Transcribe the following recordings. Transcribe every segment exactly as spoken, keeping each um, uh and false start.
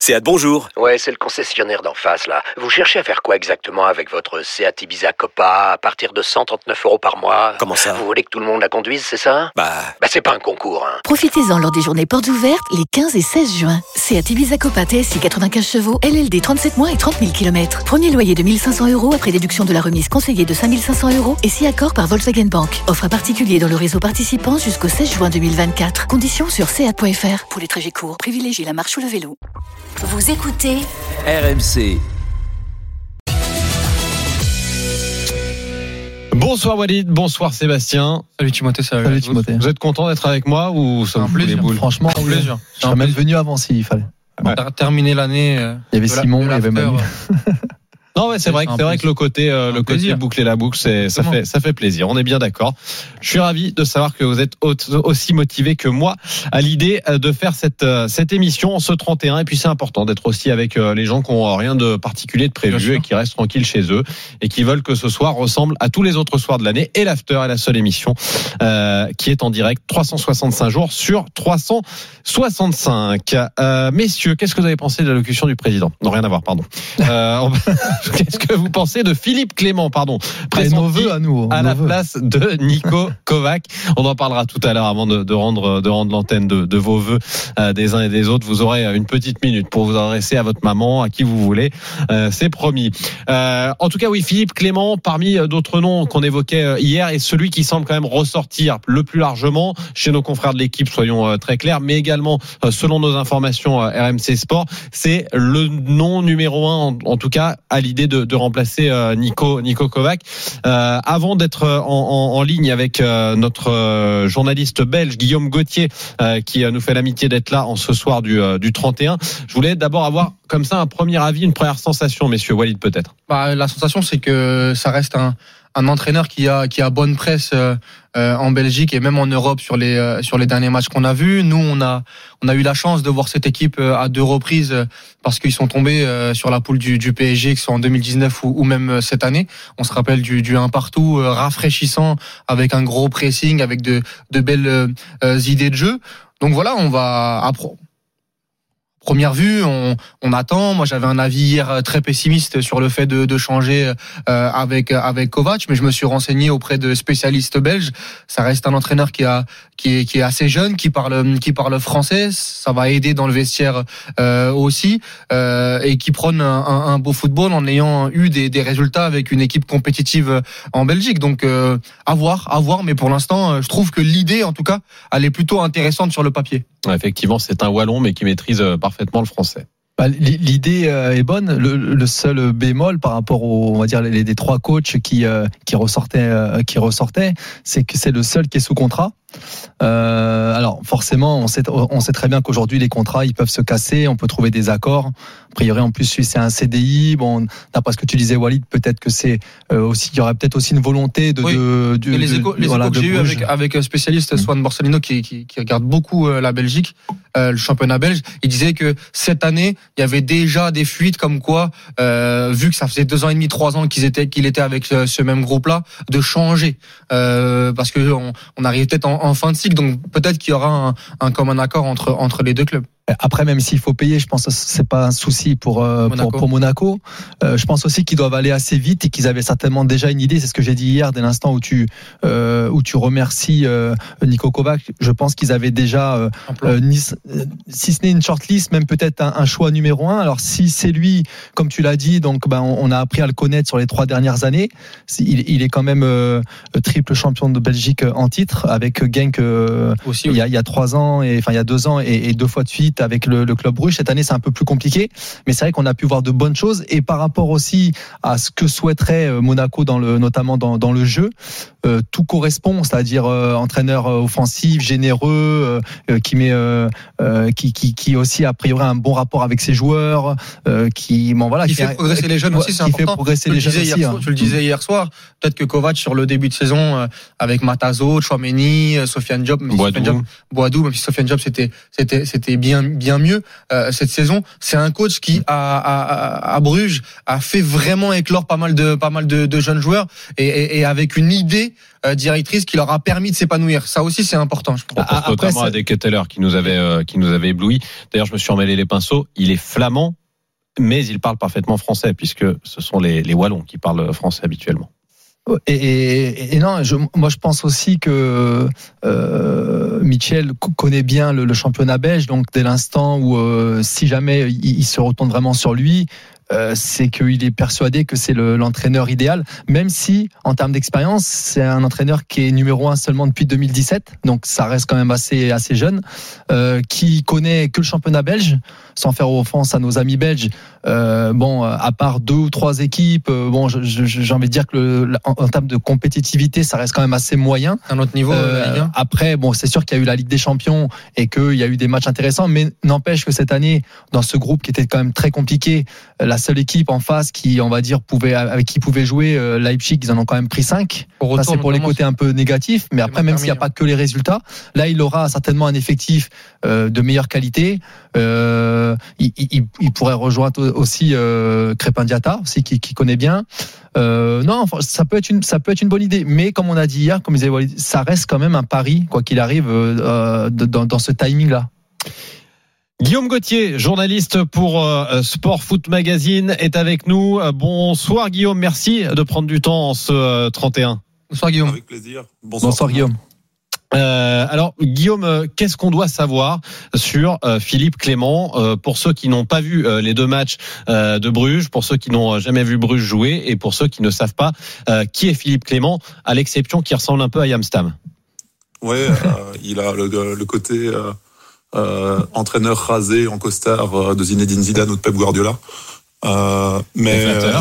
Seat, bonjour. Ouais, c'est le concessionnaire d'en face, là. Vous cherchez à faire quoi exactement avec votre Seat Ibiza Copa à partir de cent trente-neuf euros par mois? Comment ça? Vous voulez que tout le monde la conduise, c'est ça? Bah... Bah c'est pas un concours, hein. Profitez-en lors des journées portes ouvertes les quinze et seize juin. Seat Ibiza Copa T S I quatre-vingt-quinze chevaux, L L D trente-sept mois et trente mille kilomètres. Premier loyer de mille cinq cents euros après déduction de la remise conseillée de cinq mille cinq cents euros et si accord par Volkswagen Bank. Offre à particulier dans le réseau participant jusqu'au seize juin deux mille vingt-quatre. Conditions sur seat point f r. Pour les trajets courts, privilégiez la marche ou le vélo. Vous écoutez R M C. Bonsoir Walid, bonsoir Sébastien. Salut Timothée, salut, salut Timothée. Vous êtes content d'être avec moi ou ça vous fout les boules? Franchement, un plaisir. Je serais même venu avant s'il fallait. Ouais. Terminer l'année. Euh, il y avait Simon, il y avait Manu. Non, ouais, c'est, c'est vrai que c'est vrai que le côté, euh, le côté boucler la boucle, c'est, ça fait, ça fait plaisir. On est bien d'accord. Je suis ravi de savoir que vous êtes aussi motivé que moi à l'idée de faire cette, cette émission en ce trente et un. Et puis c'est important d'être aussi avec les gens qui ont rien de particulier de prévu et qui restent tranquilles chez eux et qui veulent que ce soir ressemble à tous les autres soirs de l'année. Et l'After est la seule émission, euh, qui est en direct trois cent soixante-cinq jours sur trois cent soixante-cinq. Euh, messieurs, qu'est-ce que vous avez pensé de l'allocution du président? Non, rien à voir, pardon. Euh, on... Qu'est-ce que vous pensez de Philippe Clément, pardon, pressenti à, nous, à la voeux. place de Niko Kovac? On en parlera tout à l'heure avant de, de rendre de rendre l'antenne de, de vos vœux euh, des uns et des autres. Vous aurez une petite minute pour vous adresser à votre maman, à qui vous voulez. Euh, c'est promis. Euh, en tout cas, oui, Philippe Clément, parmi d'autres noms qu'on évoquait hier, est celui qui semble quand même ressortir le plus largement chez nos confrères de l'équipe, soyons euh, très clairs, mais également euh, selon nos informations euh, R M C Sport, c'est le nom numéro un, en, en tout cas, à l'idée De, de remplacer euh, Niko, Niko Kovac. Euh, avant d'être en, en, en ligne avec euh, notre euh, journaliste belge Guillaume Gauthier, euh, qui euh, nous fait l'amitié d'être là en ce soir du, euh, du trente et un, je voulais d'abord avoir comme ça un premier avis, une première sensation, messieurs. Walid peut-être. Bah, la sensation, c'est que ça reste un, un entraîneur qui a, qui a bonne presse euh, euh, en Belgique et même en Europe sur les, euh, sur les derniers matchs qu'on a vus. Nous, on a, on a eu la chance de voir cette équipe euh, à deux reprises euh, parce qu'ils sont tombés euh, sur la poule du, du P S G, que ce soit en deux mille dix-neuf ou, ou même euh, cette année. On se rappelle du, du un partout euh, rafraîchissant avec un gros pressing, avec de, de belles euh, idées de jeu. Donc voilà, on va appro- Première vue, on, on attend. Moi, j'avais un avis hier très pessimiste sur le fait de, de changer euh, avec avec Kovac, mais je me suis renseigné auprès de spécialistes belges. Ça reste un entraîneur qui a qui est qui est assez jeune, qui parle qui parle français. Ça va aider dans le vestiaire euh, aussi, euh, et qui prône un, un, un beau football en ayant eu des, des résultats avec une équipe compétitive en Belgique. Donc euh, à voir, à voir. Mais pour l'instant, je trouve que l'idée, en tout cas, elle est plutôt intéressante sur le papier. Effectivement, c'est un Wallon, mais qui maîtrise parfaitement le français. Bah, l'idée est bonne. Le, le seul bémol par rapport aux, on va dire, les, les trois coachs qui qui ressortaient, qui ressortaient, c'est que c'est le seul qui est sous contrat. Euh, alors forcément, on sait, on sait très bien qu'aujourd'hui les contrats ils peuvent se casser, on peut trouver des accords. A priori, en plus, c'est un C D I. Bon, d'après ce que tu disais, Walid, peut-être que c'est euh, aussi, il y aurait peut-être aussi une volonté de. Oui. de, de Et les échos, de, les voilà, échos que j'ai eu avec avec un spécialiste, mmh. Swan Borsalino, qui, qui qui regarde beaucoup euh, la Belgique, euh, le championnat belge, il disait que cette année, il y avait déjà des fuites comme quoi, euh, vu que ça faisait deux ans et demi, trois ans qu'ils étaient qu'il était avec ce, ce même groupe-là, de changer, euh, parce que on, on arrive peut-être en, en fin de cycle, donc peut-être qu'il y aura un, un commun accord entre entre les deux clubs. Après, même s'il faut payer, je pense que c'est pas un souci pour euh, Monaco. Pour, pour Monaco. Euh, je pense aussi qu'ils doivent aller assez vite et qu'ils avaient certainement déjà une idée. C'est ce que j'ai dit hier, dès l'instant où tu euh, où tu remercies euh, Niko Kovac. Je pense qu'ils avaient déjà, euh, euh, ni, si ce n'est une shortlist, même peut-être un, un choix numéro un. Alors si c'est lui, comme tu l'as dit, donc ben on, on a appris à le connaître sur les trois dernières années. Il, il est quand même euh, triple champion de Belgique en titre avec Genk euh, aussi, oui. il y a il y a trois ans et enfin il y a deux ans et, et deux fois de suite avec le, le club Bruges. Cette année, c'est un peu plus compliqué, mais c'est vrai qu'on a pu voir de bonnes choses. Et par rapport aussi à ce que souhaiterait Monaco, dans le, notamment dans, dans le jeu, euh, tout correspond, c'est-à-dire euh, entraîneur offensif, généreux, euh, qui met, euh, euh, qui, qui, qui aussi a priori un bon rapport avec ses joueurs, euh, qui, bon voilà, qui, qui fait a, progresser les jeunes aussi, c'est qui important. Fait progresser les jeunes aussi. Soir, hein. Tu le disais hier soir. Peut-être que Kovac sur le début de saison euh, avec Matazo, Chouameni, Sofiane Diop, Boadou, Boadou, même si Sofiane Diop c'était c'était c'était bien bien mieux euh, cette saison. C'est un coach qui à, à, à Bruges a fait vraiment éclore pas mal de pas mal de, de jeunes joueurs et, et, et avec une idée euh, directrice qui leur a permis de s'épanouir. Ça aussi, c'est important, je crois. Ah, après, notamment à des Ketteler qui nous avait euh, qui nous avait ébloui. D'ailleurs, je me suis emmêlé les pinceaux. Il est flamand, mais il parle parfaitement français puisque ce sont les, les Wallons qui parlent français habituellement. Et, et, et non, je, moi je pense aussi que euh, Michel connaît bien le, le championnat belge, donc dès l'instant où euh, si jamais il, il se retourne vraiment sur lui, euh, c'est qu'il est persuadé que c'est le, l'entraîneur idéal, même si en termes d'expérience c'est un entraîneur qui est numéro un seulement depuis deux mille dix-sept, donc ça reste quand même assez assez jeune, euh, qui connaît que le championnat belge, sans faire offense à nos amis belges. Euh, bon, à part deux ou trois équipes, euh, bon, je, je, j'ai envie de dire que le, en, en termes de compétitivité, ça reste quand même assez moyen. Un autre niveau. Euh, après, bon, c'est sûr qu'il y a eu la Ligue des Champions et qu'il y a eu des matchs intéressants, mais n'empêche que cette année, dans ce groupe qui était quand même très compliqué, la seule équipe en face qui, on va dire, pouvait avec qui pouvait jouer, euh, Leipzig, ils en ont quand même pris cinq. Ça, c'est pour les côtés un peu négatifs, mais après, même s'il n'y a pas que les résultats, là, il aura certainement un effectif euh, de meilleure qualité. Euh, il, il, il pourrait rejoindre aussi euh, Crépin Diatta, aussi qui, qui connaît bien. Euh, non, ça peut être une, ça peut être une bonne idée, mais comme on a dit hier, comme disait Walid, ça reste quand même un pari, quoi qu'il arrive, euh, dans, dans ce timing-là. Guillaume Gauthier, journaliste pour euh, Sport Foot Magazine, est avec nous. Bonsoir Guillaume, merci de prendre du temps en ce euh, trente et un. Bonsoir Guillaume. Avec plaisir. Bonsoir, Bonsoir Guillaume. Euh, alors Guillaume, qu'est-ce qu'on doit savoir sur euh, Philippe Clément, euh, pour ceux qui n'ont pas vu euh, les deux matchs euh, de Bruges, pour ceux qui n'ont jamais vu Bruges jouer et pour ceux qui ne savent pas euh, qui est Philippe Clément, à l'exception qui ressemble un peu à Yamstam. Ouais, euh, il a le, le côté euh, euh, entraîneur rasé en costard de Zinedine Zidane ou de Pep Guardiola. Euh, mais euh,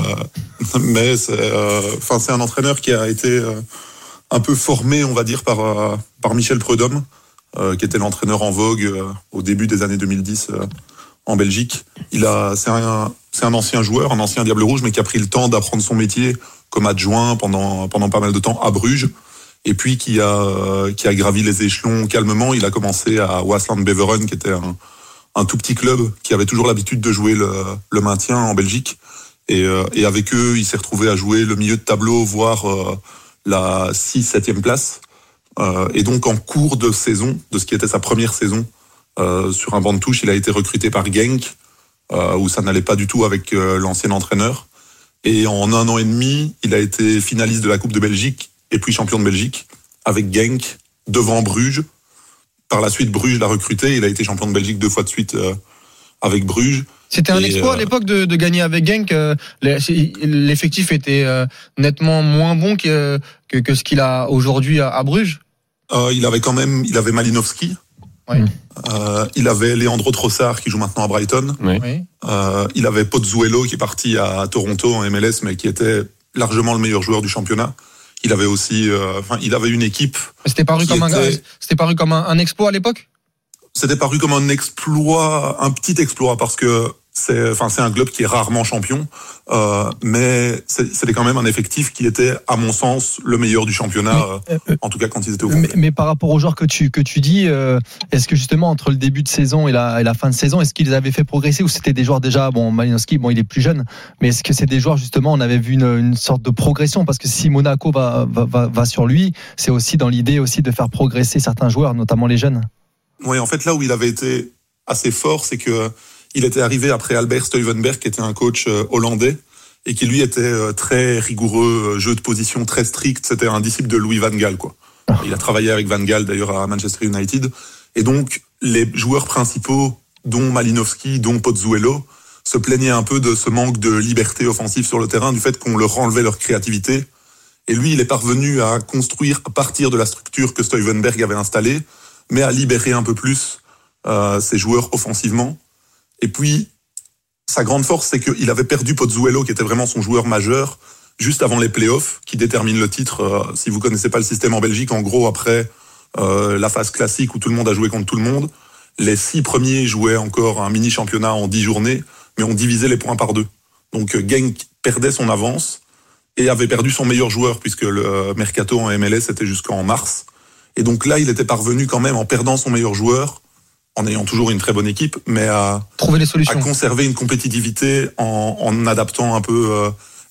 mais c'est, euh, enfin c'est un entraîneur qui a été euh, un peu formé, on va dire, par euh, par Michel Prudhomme, euh, qui était l'entraîneur en vogue euh, au début des années deux mille dix euh, en Belgique. Il a, c'est un, c'est un ancien joueur, un ancien Diable Rouge, mais qui a pris le temps d'apprendre son métier comme adjoint pendant pendant pas mal de temps à Bruges, et puis qui a euh, qui a gravi les échelons calmement. Il a commencé à Waasland Beveren, qui était un un tout petit club qui avait toujours l'habitude de jouer le, le maintien en Belgique, et, euh, et avec eux, il s'est retrouvé à jouer le milieu de tableau, voire euh, la six septième place. Euh, et donc, en cours de saison, de ce qui était sa première saison, euh, sur un banc de touche, il a été recruté par Genk, euh, où ça n'allait pas du tout avec euh, l'ancien entraîneur. Et en un an et demi, il a été finaliste de la Coupe de Belgique, et puis champion de Belgique, avec Genk, devant Bruges. Par la suite, Bruges l'a recruté. Il a été champion de Belgique deux fois de suite euh, avec Bruges. C'était un et exploit euh... à l'époque de, de gagner avec Genk. Euh, l'effectif était euh, nettement moins bon que, que, que ce qu'il a aujourd'hui à, à Bruges. Euh, il avait quand même, il avait Malinowski. Oui. Euh, il avait Leandro Trossard qui joue maintenant à Brighton. Oui. Euh, il avait Pozzuelo qui est parti à Toronto en M L S, mais qui était largement le meilleur joueur du championnat. Il avait aussi, euh, enfin, il avait une équipe. C'était paru comme était... un, c'était paru comme un, un exploit à l'époque. C'était paru comme un exploit, un petit exploit, parce que c'est, enfin, c'est un club qui est rarement champion, euh, mais c'était quand même un effectif qui était, à mon sens, le meilleur du championnat, mais, euh, en tout cas quand ils étaient au mais, mais par rapport aux joueurs que tu que tu dis, euh, est-ce que justement entre le début de saison et la, et la fin de saison, est-ce qu'ils les avaient fait progresser, ou c'était des joueurs déjà, bon, Malinowski, bon, il est plus jeune, mais est-ce que c'est des joueurs justement, on avait vu une, une sorte de progression, parce que si Monaco va va va, va sur lui, c'est aussi dans l'idée aussi de faire progresser certains joueurs, notamment les jeunes. Oui, en fait, là où il avait été assez fort, c'est que il était arrivé après Albert Stuyvenberg, qui était un coach hollandais, et qui lui était très rigoureux, jeu de position très strict. C'était un disciple de Louis van Gaal, quoi. Il a travaillé avec Van Gaal, d'ailleurs, à Manchester United. Et donc, les joueurs principaux, dont Malinowski, dont Pozzuelo, se plaignaient un peu de ce manque de liberté offensive sur le terrain, du fait qu'on leur enlevait leur créativité. Et lui, il est parvenu à construire, à partir de la structure que Stuyvenberg avait installée, mais à libérer un peu plus euh, ses joueurs offensivement. Et puis, sa grande force, c'est qu'il avait perdu Pozzuelo, qui était vraiment son joueur majeur, juste avant les playoffs, qui déterminent le titre. Euh, si vous connaissez pas le système en Belgique, en gros, après euh, la phase classique où tout le monde a joué contre tout le monde, les six premiers jouaient encore un mini-championnat en dix journées, mais on divisait les points par deux. Donc Genk perdait son avance et avait perdu son meilleur joueur, puisque le mercato en M L S était jusqu'en mars. Et donc là, il était parvenu quand même, en perdant son meilleur joueur, en ayant toujours une très bonne équipe, mais à trouver les solutions, à conserver une compétitivité en, en adaptant un peu euh,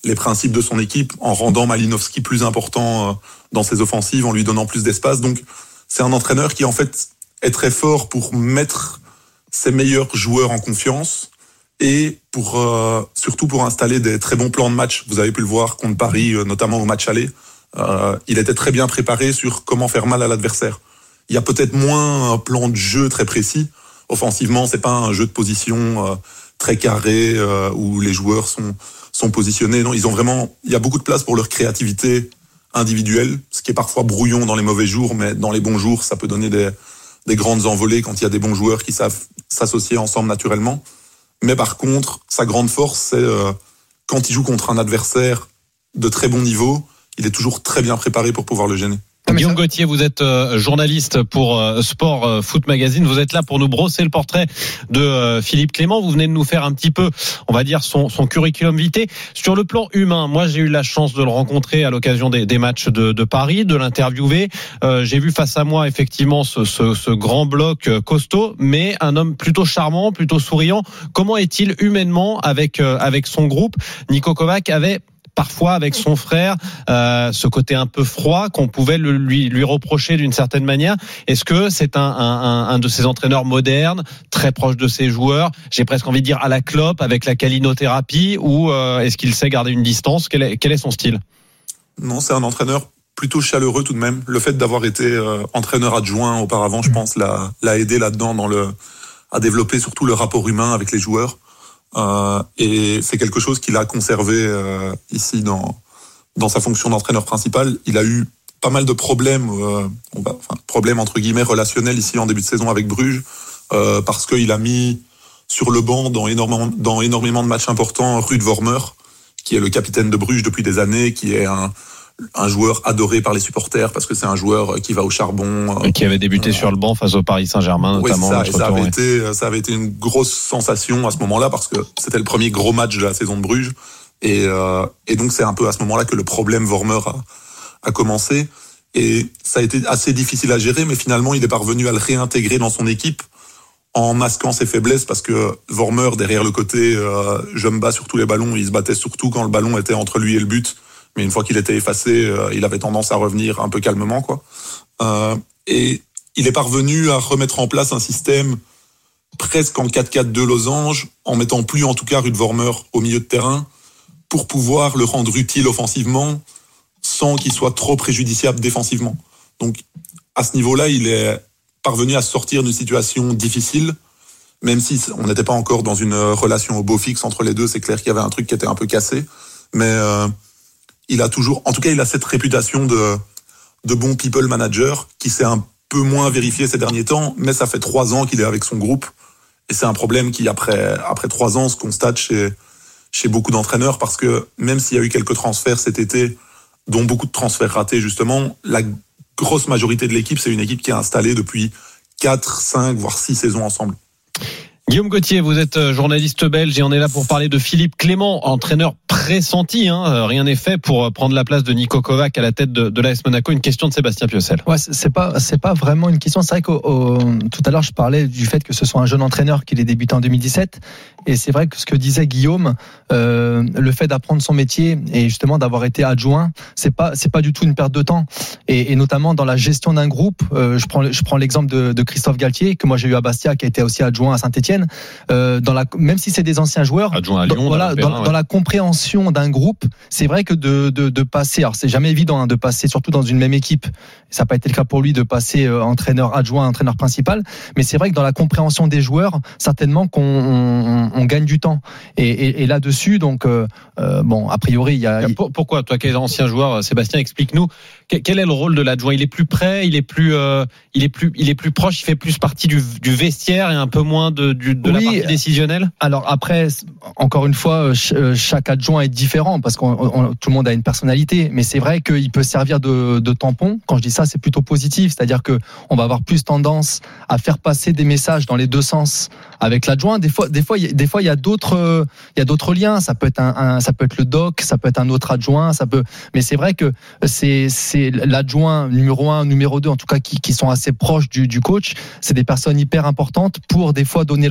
les principes de son équipe en rendant Malinowski plus important dans ses offensives, en lui donnant plus d'espace. Donc, c'est un entraîneur qui, en fait, est très fort pour mettre ses meilleurs joueurs en confiance et pour euh, surtout pour installer des très bons plans de match. Vous avez pu le voir contre Paris, euh, notamment au match aller. Euh, il était très bien préparé sur comment faire mal à l'adversaire. Il y a peut-être moins un plan de jeu très précis. Offensivement, c'est pas un jeu de position euh, très carré euh, où les joueurs sont sont positionnés. Non, ils ont vraiment. Il y a beaucoup de place pour leur créativité individuelle, ce qui est parfois brouillon dans les mauvais jours, mais dans les bons jours, ça peut donner des des grandes envolées quand il y a des bons joueurs qui savent s'associer ensemble naturellement. Mais par contre, sa grande force, c'est euh, quand il joue contre un adversaire de très bon niveau, il est toujours très bien préparé pour pouvoir le gêner. Guillaume Gauthier, vous êtes journaliste pour Sport Foot Magazine. Vous êtes là pour nous brosser le portrait de Philippe Clément. Vous venez de nous faire un petit peu, on va dire, son, son curriculum vitae. Sur le plan humain, moi, j'ai eu la chance de le rencontrer à l'occasion des, des matchs de, de Paris, de l'interviewer. Euh, j'ai vu face à moi, effectivement, ce, ce, ce grand bloc costaud, mais un homme plutôt charmant, plutôt souriant. Comment est-il humainement avec, avec son groupe? Niko Kovac avait parfois avec son frère, euh, ce côté un peu froid qu'on pouvait le, lui lui reprocher d'une certaine manière. Est-ce que c'est un, un, un de ces entraîneurs modernes, très proche de ses joueurs, j'ai presque envie de dire à la Klopp, avec la calinothérapie, ou euh, est-ce qu'il sait garder une distance? Quel est, quel est son style? Non, c'est un entraîneur plutôt chaleureux tout de même. Le fait d'avoir été euh, entraîneur adjoint auparavant, je pense, l'a, l'a aidé là-dedans dans le, à développer surtout le rapport humain avec les joueurs. Euh, et c'est quelque chose qu'il a conservé euh, ici dans dans sa fonction d'entraîneur principal. Il a eu pas mal de problèmes, euh, on va, enfin problèmes entre guillemets relationnels ici en début de saison avec Bruges, euh, parce qu'il a mis sur le banc dans énormément dans énormément de matchs importants Ruud Vormer, qui est le capitaine de Bruges depuis des années, qui est un un joueur adoré par les supporters parce que c'est un joueur qui va au charbon, et qui avait débuté euh, sur le banc face au Paris Saint-Germain notamment. Oui, ça, ça avait ouais. été ça avait été une grosse sensation à ce moment-là parce que c'était le premier gros match de la saison de Bruges et euh, et donc c'est un peu à ce moment-là que le problème Vormer a, a commencé et ça a été assez difficile à gérer, mais finalement il est parvenu à le réintégrer dans son équipe en masquant ses faiblesses parce que Vormer derrière le côté euh, je me bats sur tous les ballons, il se battait surtout quand le ballon était entre lui et le but. Mais une fois qu'il était effacé, euh, il avait tendance à revenir un peu calmement, quoi. Euh, et il est parvenu à remettre en place un système presque en quatre quatre deux losange, en mettant plus en tout cas Ruud Vormer au milieu de terrain, pour pouvoir le rendre utile offensivement, sans qu'il soit trop préjudiciable défensivement. Donc, à ce niveau-là, il est parvenu à sortir d'une situation difficile, même si on n'était pas encore dans une relation au beau fixe entre les deux. C'est clair qu'il y avait un truc qui était un peu cassé, mais euh, il a toujours, en tout cas, il a cette réputation de, de bon people manager qui s'est un peu moins vérifié ces derniers temps, mais ça fait trois ans qu'il est avec son groupe. Et c'est un problème qui, après, après trois ans, se constate chez, chez beaucoup d'entraîneurs parce que même s'il y a eu quelques transferts cet été, dont beaucoup de transferts ratés, justement, la grosse majorité de l'équipe, c'est une équipe qui est installée depuis quatre, cinq, voire six saisons ensemble. Guillaume Gauthier, vous êtes journaliste belge et on est là pour parler de Philippe Clément, entraîneur pressenti. Hein. Rien n'est fait pour prendre la place de Niko Kovac à la tête de, de l'A S Monaco. Une question de Sébastien Piocel. Ouais, c'est pas c'est pas vraiment une question. C'est vrai que tout à l'heure je parlais du fait que ce soit un jeune entraîneur qui est débuté en deux mille dix-sept. Et c'est vrai que ce que disait Guillaume, euh, le fait d'apprendre son métier et justement d'avoir été adjoint, c'est pas c'est pas du tout une perte de temps. Et, et notamment dans la gestion d'un groupe, euh, je prends je prends l'exemple de, de Christophe Galtier que moi j'ai eu à Bastia, qui a été aussi adjoint à Saint-Etienne. Euh, dans la, même si c'est des anciens joueurs, adjoint à Lyon, dans, voilà, dans, ouais. dans la compréhension d'un groupe, c'est vrai que de, de, de passer, alors c'est jamais évident hein, de passer, surtout dans une même équipe. Ça n'a pas été le cas pour lui de passer euh, entraîneur adjoint, entraîneur principal, mais c'est vrai que dans la compréhension des joueurs, certainement qu'on on, on gagne du temps. Et, et, et là-dessus, donc euh, euh, bon, a priori, il y a. Pourquoi toi, qui es ancien joueur, Sébastien, explique-nous quel est le rôle de l'adjoint. Il est plus près, il est plus, euh, il est plus, il est plus proche, il fait plus partie du, du vestiaire et un peu moins de, du, de oui, la partie décisionnelle. Alors après, encore une fois, chaque adjoint est différent parce que tout le monde a une personnalité, mais c'est vrai qu'il peut servir de, de tampon. Quand je dis ça, c'est plutôt positif, c'est-à-dire que on va avoir plus tendance à faire passer des messages dans les deux sens avec l'adjoint. Des fois, des fois, des fois, il y a d'autres, il y a d'autres liens. Ça peut être un, un ça peut être le doc, ça peut être un autre adjoint, ça peut. Mais c'est vrai que c'est, c'est l'adjoint numéro un, numéro deux, en tout cas, qui, qui sont assez proches du, du coach. C'est des personnes hyper importantes pour des fois donner le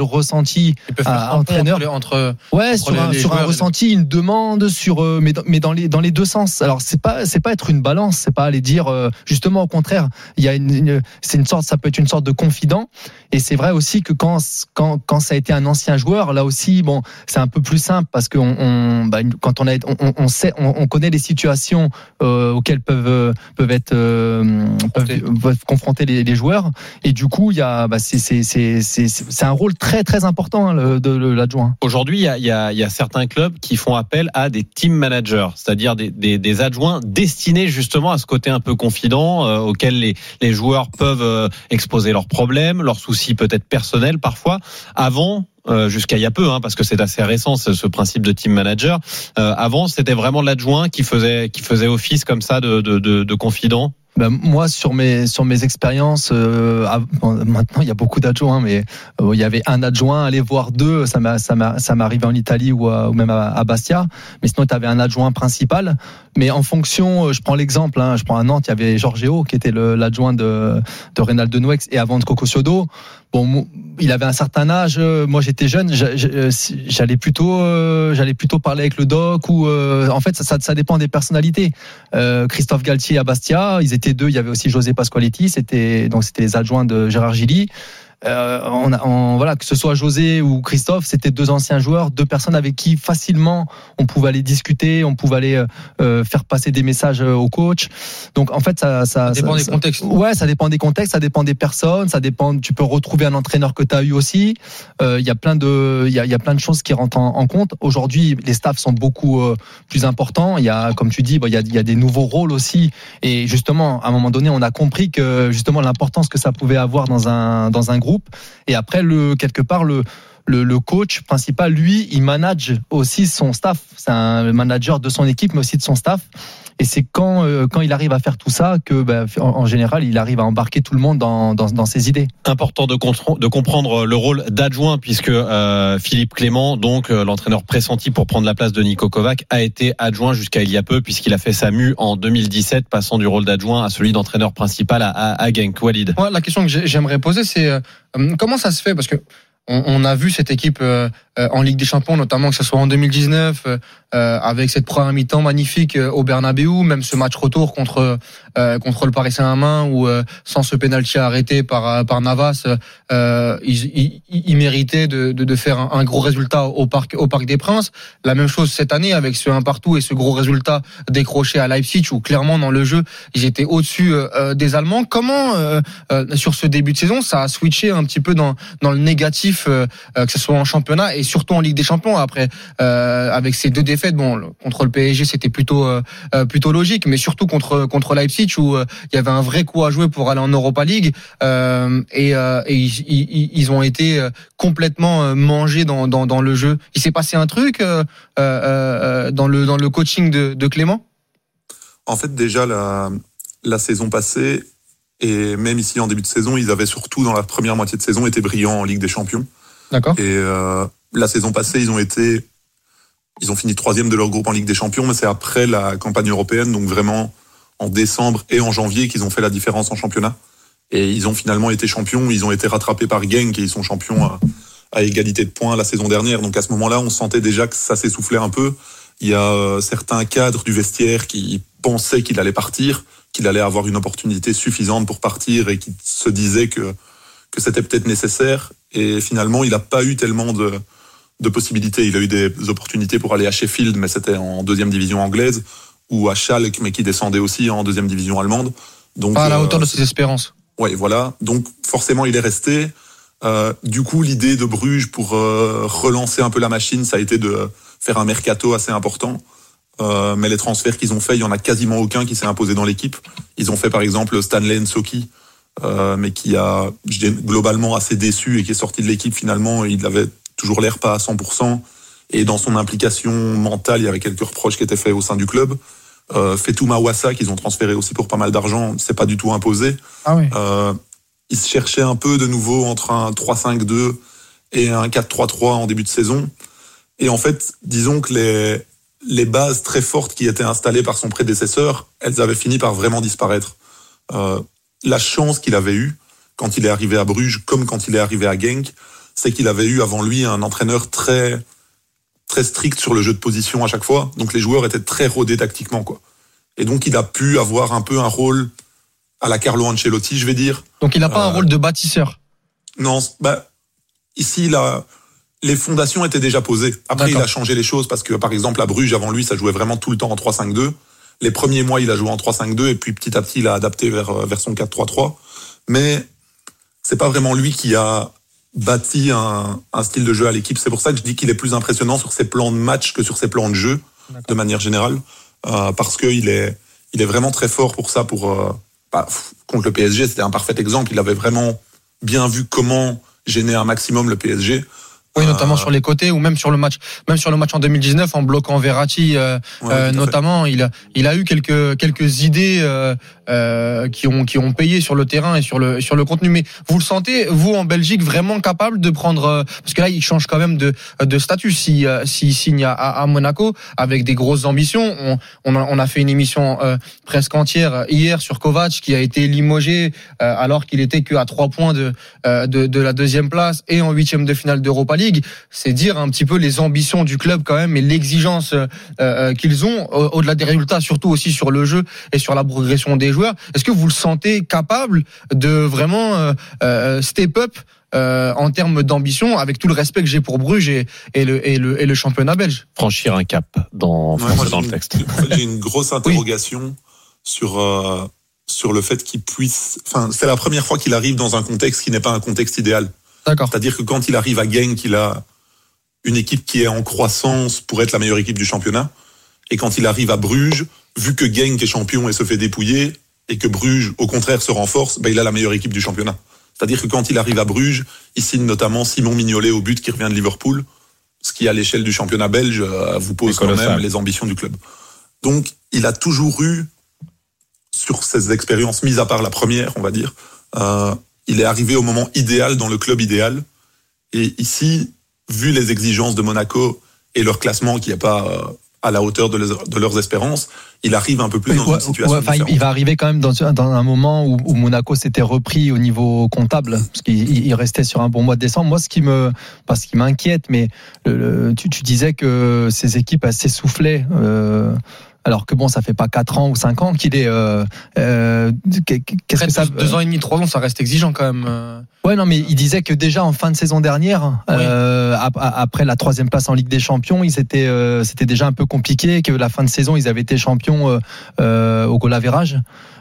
ressenti à entraîneur entre ouais sur un, sur un ressenti, une demande sur euh, mais dans, mais dans les dans les deux sens. Alors c'est pas c'est pas être une balance, c'est pas aller dire euh, justement au contraire, il y a une, une c'est une sorte ça peut être une sorte de confident. Et c'est vrai aussi que quand quand quand ça a été un ancien joueur, là aussi bon c'est un peu plus simple parce que on, on bah, quand on a on, on sait on, on connaît les situations euh, auxquelles peuvent peuvent être euh, peuvent, peuvent confronter les, les joueurs et du coup il y a bah, c'est c'est c'est c'est c'est un rôle très très important hein, le, de, de l'adjoint. Aujourd'hui il y a il y a il y a certains clubs qui font appel à des team managers, c'est-à-dire des des, des adjoints destinés justement à ce côté un peu confident euh, auquel les les joueurs peuvent euh, exposer leurs problèmes, leurs soucis peut-être personnels parfois. Avant Euh, jusqu'à il y a peu, hein, parce que c'est assez récent ce, ce principe de team manager. Euh, avant, c'était vraiment l'adjoint qui faisait qui faisait office comme ça de de, de, de confident. Ben, moi, sur mes sur mes expériences, euh, maintenant il y a beaucoup d'adjoints, mais euh, il y avait un adjoint, aller voir deux, ça m'a ça m'a ça m'est arrivé en Italie ou, à, ou même à, à Bastia. Mais sinon, tu avais un adjoint principal. Mais en fonction, je prends l'exemple, hein, je prends à Nantes, il y avait Giorgio qui était le, l'adjoint de de Reynaldo Nouex et avant de Coco Ciodo. Bon, il avait un certain âge. Moi, j'étais jeune. J'allais plutôt, euh, j'allais plutôt parler avec le doc. Ou euh, en fait, ça, ça, ça dépend des personnalités. Euh, Christophe Galtier à Bastia, ils étaient deux. Il y avait aussi José Pasqualetti. C'était donc c'était les adjoints de Gérard Gilly. Euh, on, on, voilà, que ce soit José ou Christophe, c'était deux anciens joueurs, deux personnes avec qui facilement on pouvait aller discuter, on pouvait aller euh, faire passer des messages au coach. Donc en fait, ça, ça, ça dépend ça, des contextes. Ouais, ça dépend des contextes, ça dépend des personnes, ça dépend. Tu peux retrouver un entraîneur que tu as eu aussi. Il euh, y a plein de, il y a, y a plein de choses qui rentrent en, en compte. Aujourd'hui, les staffs sont beaucoup euh, plus importants. Il y a, comme tu dis, il bah, y, a, y a des nouveaux rôles aussi. Et justement, à un moment donné, on a compris que justement l'importance que ça pouvait avoir dans un dans un groupe. Et après, le, quelque part, le, le, le coach principal, lui, il manage aussi son staff. C'est un manager de son équipe, mais aussi de son staff. Et c'est quand, euh, quand il arrive à faire tout ça que, bah, en, en général, il arrive à embarquer tout le monde dans, dans, dans ses idées. Important de, contr- de comprendre le rôle d'adjoint, puisque euh, Philippe Clément, donc euh, l'entraîneur pressenti pour prendre la place de Niko Kovac, a été adjoint jusqu'à il y a peu, puisqu'il a fait sa mue en deux mille dix-sept, passant du rôle d'adjoint à celui d'entraîneur principal à, à, à Genk. Walid. Ouais, la question que j'aimerais poser, c'est euh, comment ça se fait, parce que on, on a vu cette équipe euh, en Ligue des Champions, notamment que ce soit en deux mille dix-neuf, euh, avec cette première mi-temps magnifique au Bernabéu, même ce match retour contre euh, contre le Paris Saint-Germain où euh, sans ce pénalty arrêté par par Navas, euh, ils, ils, ils méritaient de, de de faire un, un gros résultat au parc au Parc des Princes. La même chose cette année avec ce un partout et ce gros résultat décroché à Leipzig où clairement dans le jeu ils étaient au-dessus euh, des Allemands. Comment euh, euh, sur ce début de saison ça a switché un petit peu dans dans le négatif, euh, que ce soit en championnat et surtout en Ligue des Champions après euh, avec ces deux défaites. Bon, contre le P S G c'était plutôt euh, plutôt logique, mais surtout contre contre Leipzig où euh, il y avait un vrai coup à jouer pour aller en Europa League euh, et, euh, et ils, ils, ils ont été complètement mangés dans dans, dans le jeu. Il s'est passé un truc euh, euh, dans le dans le coaching de, de Clément. En fait, déjà la la saison passée et même ici en début de saison, ils avaient surtout dans la première moitié de saison été brillants en Ligue des Champions. D'accord. Et euh, la saison passée, ils ont été, ils ont fini troisième de leur groupe en Ligue des Champions, mais c'est après la campagne européenne, donc vraiment en décembre et en janvier qu'ils ont fait la différence en championnat. Et ils ont finalement été champions, ils ont été rattrapés par Genk et ils sont champions à, à égalité de points la saison dernière. Donc à ce moment-là, on sentait déjà que ça s'essoufflait un peu. Il y a euh, certains cadres du vestiaire qui pensaient qu'il allait partir, qu'il allait avoir une opportunité suffisante pour partir et qui se disaient que que c'était peut-être nécessaire. Et finalement, il n'a pas eu tellement de, de possibilités. Il a eu des opportunités pour aller à Sheffield, mais c'était en deuxième division anglaise, ou à Schalke, mais qui descendait aussi en deuxième division allemande. Donc, pas à la hauteur euh, de ses espérances. Ouais, voilà. Donc, forcément, il est resté. Euh, du coup, l'idée de Bruges pour euh, relancer un peu la machine, ça a été de faire un mercato assez important. Euh, mais les transferts qu'ils ont faits, il y en a quasiment aucun qui s'est imposé dans l'équipe. Ils ont fait, par exemple, Stanley Nsoki, Euh, mais qui a je dirais, globalement assez déçu et qui est sorti de l'équipe finalement. Il avait toujours l'air pas à cent pour cent et dans son implication mentale il y avait quelques reproches qui étaient faits au sein du club. euh, Fetou Mawassa qu'ils ont transféré aussi pour pas mal d'argent, c'est pas du tout imposé. Ah oui. euh, il se cherchait un peu de nouveau entre un trois cinq deux et un quatre trois trois en début de saison, et en fait disons que les les bases très fortes qui étaient installées par son prédécesseur, elles avaient fini par vraiment disparaître. euh, La chance qu'il avait eue quand il est arrivé à Bruges, comme quand il est arrivé à Genk, c'est qu'il avait eu avant lui un entraîneur très très strict sur le jeu de position à chaque fois. Donc les joueurs étaient très rodés tactiquement, quoi. Et donc il a pu avoir un peu un rôle à la Carlo Ancelotti, je vais dire. Donc il n'a pas euh, un rôle de bâtisseur. Non, bah ici là, les fondations étaient déjà posées. Après D'accord. il a changé les choses parce que par exemple à Bruges avant lui, ça jouait vraiment tout le temps en trois cinq deux. Les premiers mois, il a joué en trois cinq deux et puis petit à petit, il a adapté vers vers son quatre trois trois. Mais c'est pas vraiment lui qui a bâti un, un style de jeu à l'équipe. C'est pour ça que je dis qu'il est plus impressionnant sur ses plans de match que sur ses plans de jeu, D'accord. de manière générale, euh, parce que il est, il est vraiment très fort pour ça. Pour euh, bah, contre le P S G, c'était un parfait exemple. Il avait vraiment bien vu comment gêner un maximum le P S G. Oui, notamment euh... sur les côtés ou même sur le match, même sur le match en deux mille dix-neuf en bloquant Verratti, euh, ouais, euh, notamment, il a, il a eu quelques quelques idées euh, euh, qui ont qui ont payé sur le terrain et sur le sur le contenu. Mais vous le sentez, vous en Belgique, vraiment capable de prendre euh, parce que là, il change quand même de de statut si euh, s'il signe à, à Monaco avec des grosses ambitions. On on a, on a fait une émission euh, presque entière hier sur Kovac qui a été limogé euh, alors qu'il était que à trois points de euh, de de la deuxième place et en huitième de finale d'Europa League. C'est dire un petit peu les ambitions du club quand même et l'exigence euh, qu'ils ont au-delà des résultats, surtout aussi sur le jeu et sur la progression des joueurs. Est-ce que vous le sentez capable de vraiment euh, euh, step up euh, en termes d'ambition, avec tout le respect que j'ai pour Bruges et, et, le, et, le, et le championnat belge? Franchir un cap dans, ouais, moi, dans le texte. En fait, j'ai une grosse interrogation oui. sur euh, sur le fait qu'il puisse. Enfin, c'est la première fois qu'il arrive dans un contexte qui n'est pas un contexte idéal. D'accord. C'est-à-dire que quand il arrive à Genk, il a une équipe qui est en croissance pour être la meilleure équipe du championnat. Et quand il arrive à Bruges, vu que Genk est champion et se fait dépouiller, et que Bruges, au contraire, se renforce, ben, il a la meilleure équipe du championnat. C'est-à-dire que quand il arrive à Bruges, il signe notamment Simon Mignolet au but qui revient de Liverpool, ce qui, à l'échelle du championnat belge, vous pose quand même les ambitions du club. Donc, il a toujours eu, sur ses expériences, mis à part la première, on va dire, euh, il est arrivé au moment idéal dans le club idéal. Et ici, vu les exigences de Monaco et leur classement qui n'est pas euh, à la hauteur de, les, de leurs espérances, il arrive un peu plus dans ouais, une situation ouais, différente. Il va arriver quand même dans, dans un moment où, où Monaco s'était repris au niveau comptable, parce qu'il il restait sur un bon mois de décembre. Moi, ce qui me, pas ce qui m'inquiète, mais le, le, tu, tu disais que ces équipes s'essoufflaient. Euh, Alors que bon, ça fait pas quatre ans ou cinq ans qu'il est. Euh, euh, qu'est-ce que ça deux ans et demi, trois ans, ça reste exigeant quand même. Ouais, non, mais il disait que déjà en fin de saison dernière, oui. euh, après la troisième place en Ligue des Champions, ils étaient, euh, c'était déjà un peu compliqué. Que la fin de saison, ils avaient été champions euh, euh, au goal average.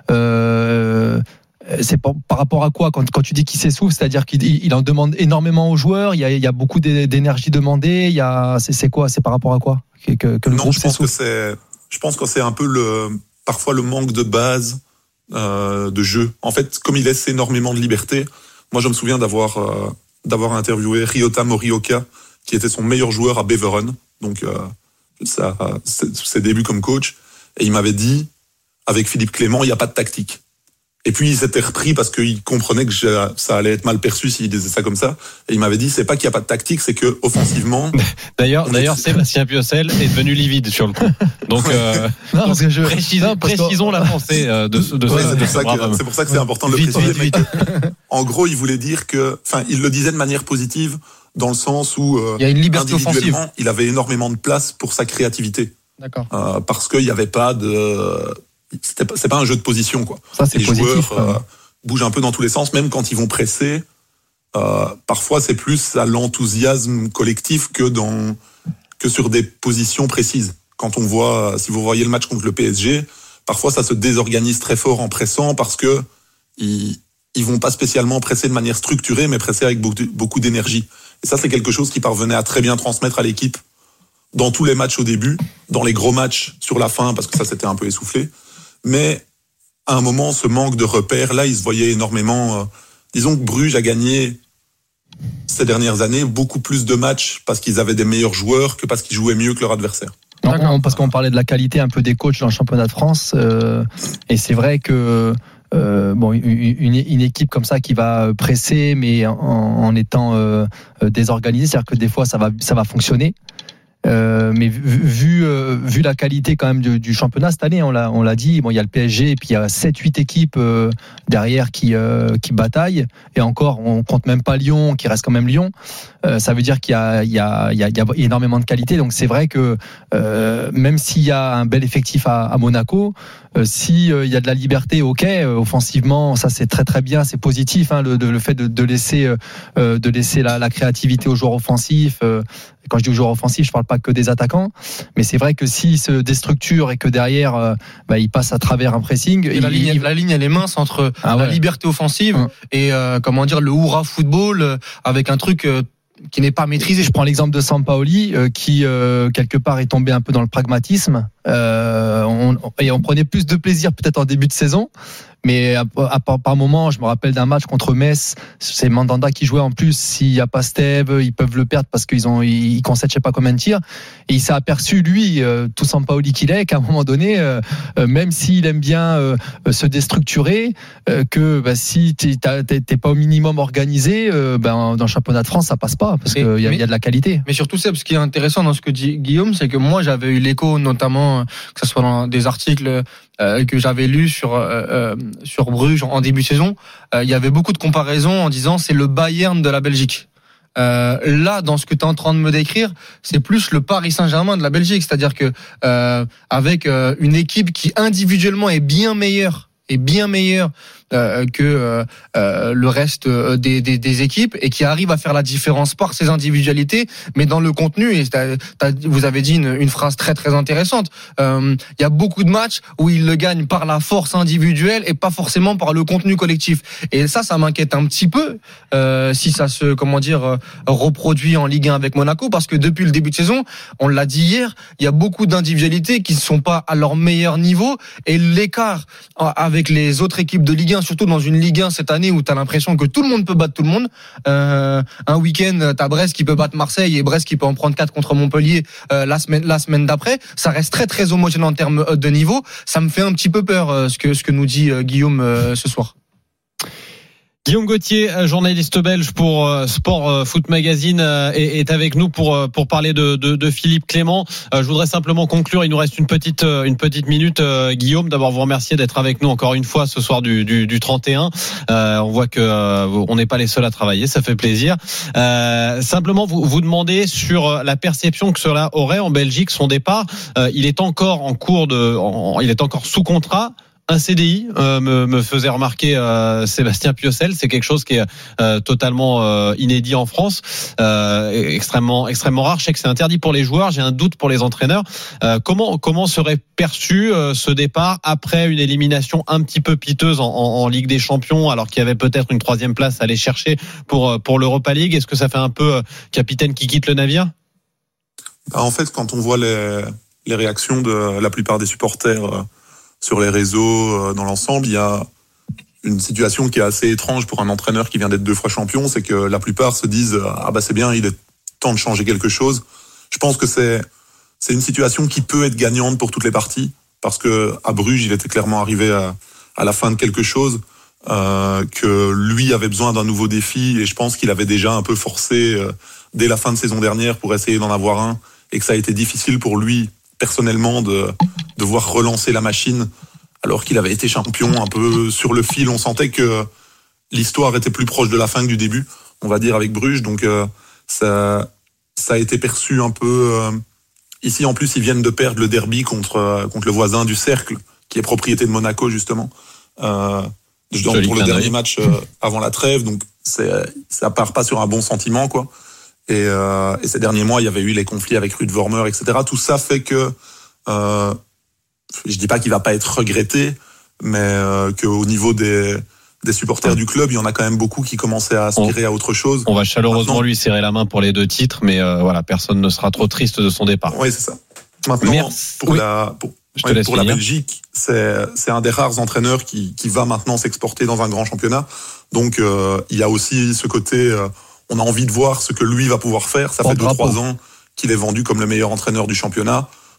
Euh, c'est par, par rapport à quoi quand, quand tu dis qu'il s'essouffle, c'est-à-dire qu'il il en demande énormément aux joueurs. Il y a, il y a beaucoup d'énergie demandée. Il y a, c'est, c'est quoi? C'est par rapport à quoi que, que, que le non, groupe je pense s'essouffle? que c'est. Je pense que c'est un peu le, parfois le manque de base euh, de jeu. En fait, comme il laisse énormément de liberté, moi je me souviens d'avoir euh, d'avoir interviewé Ryota Morioka, qui était son meilleur joueur à Beveren, donc euh, ça, ses débuts comme coach, et il m'avait dit, avec Philippe Clément, il n'y a pas de tactique. Et puis il s'était repris parce qu'il comprenait que je, ça allait être mal perçu s'il disait ça comme ça. Et il m'avait dit, c'est pas qu'il n'y a pas de tactique, c'est que offensivement. D'ailleurs, d'ailleurs, est... Sébastien Piocel est devenu livide sur le coup. Donc, euh, non, parce que je... précis... non, parce précisons que... la pensée de, de, de ouais, ce. C'est pour, ça que, c'est pour ça que c'est important de le vite, préciser. Vite, vite. En gros, il voulait dire que, enfin, il le disait de manière positive, dans le sens où euh, il y a une liberté offensive. Il avait énormément de place pour sa créativité. D'accord. Euh, parce qu'il n'y avait pas de. C'était pas, c'est pas un jeu de position, quoi. Ça, c'est les positif, joueurs euh, bougent un peu dans tous les sens, même quand ils vont presser. Euh, parfois, c'est plus à l'enthousiasme collectif que dans que sur des positions précises. Quand on voit, si vous voyez le match contre le P S G, parfois ça se désorganise très fort en pressant parce que ils ils vont pas spécialement presser de manière structurée, mais presser avec beaucoup, beaucoup d'énergie. Et ça, c'est quelque chose qui parvenait à très bien transmettre à l'équipe dans tous les matchs au début, dans les gros matchs sur la fin, parce que ça c'était un peu essoufflé. Mais à un moment, ce manque de repères, là, il se voyait énormément. Euh, disons que Bruges a gagné ces dernières années beaucoup plus de matchs parce qu'ils avaient des meilleurs joueurs que parce qu'ils jouaient mieux que leur adversaire. Non, parce qu'on parlait de la qualité un peu des coachs dans le championnat de France, euh, et c'est vrai que euh, bon, une, une équipe comme ça qui va presser, mais en, en étant euh, désorganisée, c'est-à-dire que des fois ça va ça va fonctionner. Euh, mais vu vu, euh, vu la qualité quand même du, du championnat cette année, on l'a on l'a dit, bon il y a le P S G et puis il y a sept huit équipes euh, derrière qui euh, qui bataillent, et encore on compte même pas Lyon qui reste quand même Lyon. Euh, ça veut dire qu'il y a il y a il y a, il y a énormément de qualité, donc c'est vrai que euh, même s'il y a un bel effectif à, à Monaco, euh, si euh, il y a de la liberté, ok, euh, offensivement ça c'est très très bien, c'est positif, hein, le, le fait de, de laisser euh, de laisser la, la créativité aux joueurs offensifs. Euh, Quand je dis aux joueurs offensifs, je parle pas que des attaquants, mais c'est vrai que s'ils se déstructurent et que derrière, euh, bah, ils passent à travers un pressing. Et la, il, ligne, il... la ligne, elle est mince entre ah ouais. la liberté offensive hum. et euh, comment dire le hurrah football euh, avec un truc euh, qui n'est pas maîtrisé. Je prends l'exemple de Sampaoli euh, qui euh, quelque part est tombé un peu dans le pragmatisme. Euh, on, et on prenait plus de plaisir peut-être en début de saison. Mais à, à, par moment, je me rappelle d'un match contre Metz, c'est Mandanda qui jouait en plus. S'il n'y a pas Steve, ils peuvent le perdre parce qu'ils ont ils concèdent je sais pas combien de tirs. Et il s'est aperçu lui, euh, tout Sampaoli qu'il est, qu'à un moment donné, euh, euh, même s'il aime bien euh, se déstructurer, euh, que bah, si t'es, t'es, t'es pas au minimum organisé, euh, ben dans le championnat de France ça passe pas parce qu'il y, y a de la qualité. Mais surtout c'est ce qui est intéressant dans ce que dit Guillaume, c'est que moi j'avais eu l'écho notamment que ce soit dans des articles Euh, que j'avais lu sur euh, euh, sur Bruges en début de saison, euh, il y avait beaucoup de comparaisons en disant c'est le Bayern de la Belgique. Euh, là, dans ce que tu es en train de me décrire, c'est plus le Paris Saint-Germain de la Belgique, c'est-à-dire que euh, avec euh, une équipe qui individuellement est bien meilleure, est bien meilleure euh, que euh, euh, le reste des, des, des équipes et qui arrive à faire la différence par ses individualités, mais dans le contenu. Et t'as, t'as, vous avez dit une, une phrase très très intéressante. Il euh, y a beaucoup de matchs où il le gagne par la force individuelle et pas forcément par le contenu collectif. Et ça, ça m'inquiète un petit peu euh, si ça se comment dire reproduit en Ligue un avec Monaco, parce que depuis le début de saison, on l'a dit hier, il y a beaucoup d'individualités qui ne sont pas à leur meilleur niveau et l'écart avec les autres équipes de Ligue un, surtout dans une Ligue un cette année où t'as l'impression que tout le monde peut battre tout le monde. Euh, un week-end, t'as Brest qui peut battre Marseille et Brest qui peut en prendre quatre contre Montpellier euh, la semaine la semaine d'après. Ça reste très très homogène en termes de niveau. Ça me fait un petit peu peur euh, ce que ce que nous dit euh, Guillaume euh, ce soir. Guillaume Gauthier, journaliste belge pour Sport Foot Magazine, est avec nous pour pour parler de, de, de Philippe Clément. Je voudrais simplement conclure. Il nous reste une petite une petite minute. Guillaume, d'abord vous remercier d'être avec nous encore une fois ce soir du du, du trente et un. Euh, on voit que euh, on n'est pas les seuls à travailler, ça fait plaisir. Euh, simplement vous vous demandez sur la perception que cela aurait en Belgique son départ. Euh, il est encore en cours de, en, il est encore sous contrat. Un C D I euh, me, me faisait remarquer euh, Sébastien Piocel. C'est quelque chose qui est euh, totalement euh, inédit en France, euh, extrêmement extrêmement rare. Je sais que c'est interdit pour les joueurs. J'ai un doute pour les entraîneurs. Euh, comment comment serait perçu euh, ce départ après une élimination un petit peu piteuse en, en, en Ligue des Champions, alors qu'il y avait peut-être une troisième place à aller chercher pour pour l'Europa League? Est-ce que ça fait un peu euh, capitaine qui quitte le navire? Bah, en fait, quand on voit les les réactions de la plupart des supporters euh, sur les réseaux, dans l'ensemble, il y a une situation qui est assez étrange pour un entraîneur qui vient d'être deux fois champion, c'est que la plupart se disent « Ah bah c'est bien, il est temps de changer quelque chose ». Je pense que c'est c'est une situation qui peut être gagnante pour toutes les parties, parce que à Bruges, il était clairement arrivé à, à la fin de quelque chose, euh, que lui avait besoin d'un nouveau défi, et je pense qu'il avait déjà un peu forcé euh, dès la fin de saison dernière pour essayer d'en avoir un, et que ça a été difficile pour lui personnellement de devoir relancer la machine alors qu'il avait été champion un peu sur le fil. On sentait que l'histoire était plus proche de la fin que du début, on va dire, avec Bruges. Donc euh, ça, ça a été perçu un peu... Euh, ici, en plus, ils viennent de perdre le derby contre, euh, contre le voisin du Cercle, qui est propriété de Monaco, justement, euh, pour le dernier match euh, avant la trêve. Donc c'est, ça part pas sur un bon sentiment, quoi. Et, euh, et ces derniers mois, il y avait eu les conflits avec Ruud Vormer, et cetera. Tout ça fait que, euh, je dis pas qu'il va pas être regretté, mais euh, qu'au niveau des, des supporters du club, il y en a quand même beaucoup qui commençaient à aspirer on, à autre chose. On va chaleureusement Maintenant, lui serrer la main pour les deux titres, mais euh, voilà, personne ne sera trop triste de son départ. Oui, c'est ça. Maintenant, Merci. pour oui. la pour, ouais, pour la Belgique, c'est c'est un des rares entraîneurs qui qui va maintenant s'exporter dans un grand championnat. Donc euh, il y a aussi ce côté. Euh, On a envie de voir ce que lui va pouvoir faire. Ça bon, fait deux, trois ans qu'il est vendu comme le meilleur entraîneur du championnat.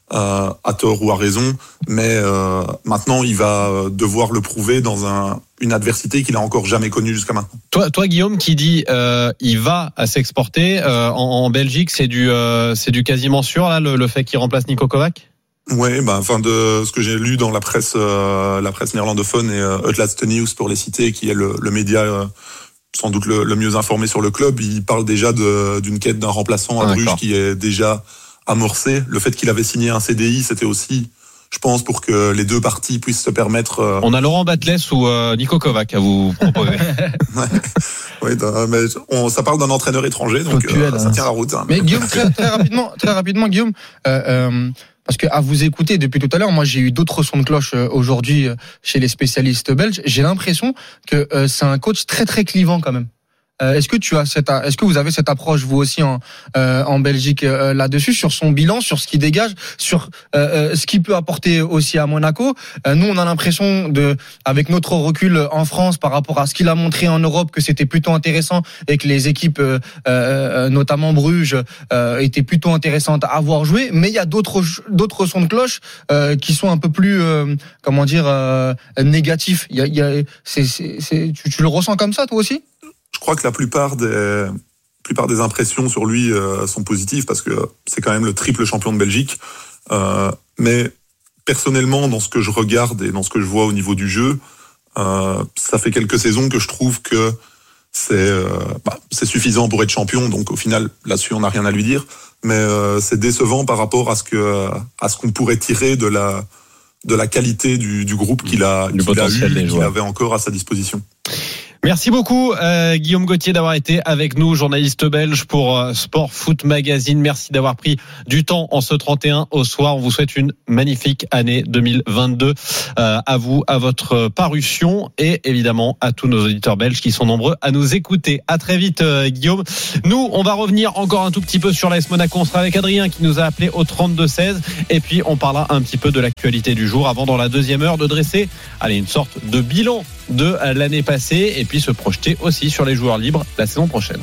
euh, à tort ou à raison, mais euh, maintenant il va devoir le prouver dans un, une adversité qu'il a encore jamais connue jusqu'à maintenant. Toi, toi Guillaume, qui dit euh, il va à s'exporter euh, en, en Belgique, c'est du, euh, c'est du quasiment sûr là, le, le fait qu'il remplace Niko Kovac. Ouais, bah, enfin de ce que j'ai lu dans la presse, euh, la presse néerlandophone et euh, Utlaatste News pour les citer, qui est le, le média euh, sans doute le, le mieux informé sur le club, il parle déjà de, d'une quête d'un remplaçant à ah, Bruges qui est déjà amorcé. Le fait qu'il avait signé un C D I, c'était aussi, je pense, pour que les deux parties puissent se permettre. Euh... On a Laurent Batles ou euh, Niko Kovac à vous proposer. ouais. Oui, mais on, ça parle d'un entraîneur étranger, donc euh, ça tient la route. Hein. Mais Guillaume, très, très rapidement, très rapidement, Guillaume. Euh, euh, Parce que à vous écouter depuis tout à l'heure, moi j'ai eu d'autres sons de cloche aujourd'hui chez les spécialistes belges. J'ai l'impression que euh, c'est un coach très très clivant quand même. Euh, est-ce que tu as cette, est-ce que vous avez cette approche vous aussi en euh, en Belgique euh, là-dessus, sur son bilan, sur ce qu'il dégage, sur euh, ce qu'il peut apporter aussi à Monaco. Euh, nous, on a l'impression de, avec notre recul en France par rapport à ce qu'il a montré en Europe, que c'était plutôt intéressant et que les équipes, euh, euh, notamment Bruges, euh, étaient plutôt intéressantes à voir jouer. Mais il y a d'autres d'autres sons de cloche euh, qui sont un peu plus, euh, comment dire, euh, négatifs. Il y a, il y a, c'est, c'est, c'est, tu, tu le ressens comme ça toi aussi? Je crois que la plupart des, plupart des impressions sur lui euh, sont positives parce que c'est quand même le triple champion de Belgique. Euh, mais personnellement, dans ce que je regarde et dans ce que je vois au niveau du jeu, euh, ça fait quelques saisons que je trouve que c'est, euh, bah, c'est suffisant pour être champion. Donc au final, là-dessus, on n'a rien à lui dire. Mais euh, c'est décevant par rapport à ce que, à ce qu'on pourrait tirer de la, de la qualité du, du groupe qu'il a, qu'il a eu et qu'il avait encore à sa disposition. Merci beaucoup euh, Guillaume Gauthier d'avoir été avec nous, journaliste belge pour euh, Sport Foot Magazine. Merci d'avoir pris du temps en ce trente et un au soir. On vous souhaite une magnifique année deux mille vingt-deux euh, à vous, à votre parution et évidemment à tous nos auditeurs belges qui sont nombreux à nous écouter. À très vite euh, Guillaume. Nous, on va revenir encore un tout petit peu sur l'A S Monaco. On sera avec Adrien qui nous a appelé au trente-deux seize et puis on parlera un petit peu de l'actualité du jour avant dans la deuxième heure de dresser allez, une sorte de bilan de l'année passée et puis se projeter aussi sur les joueurs libres la saison prochaine.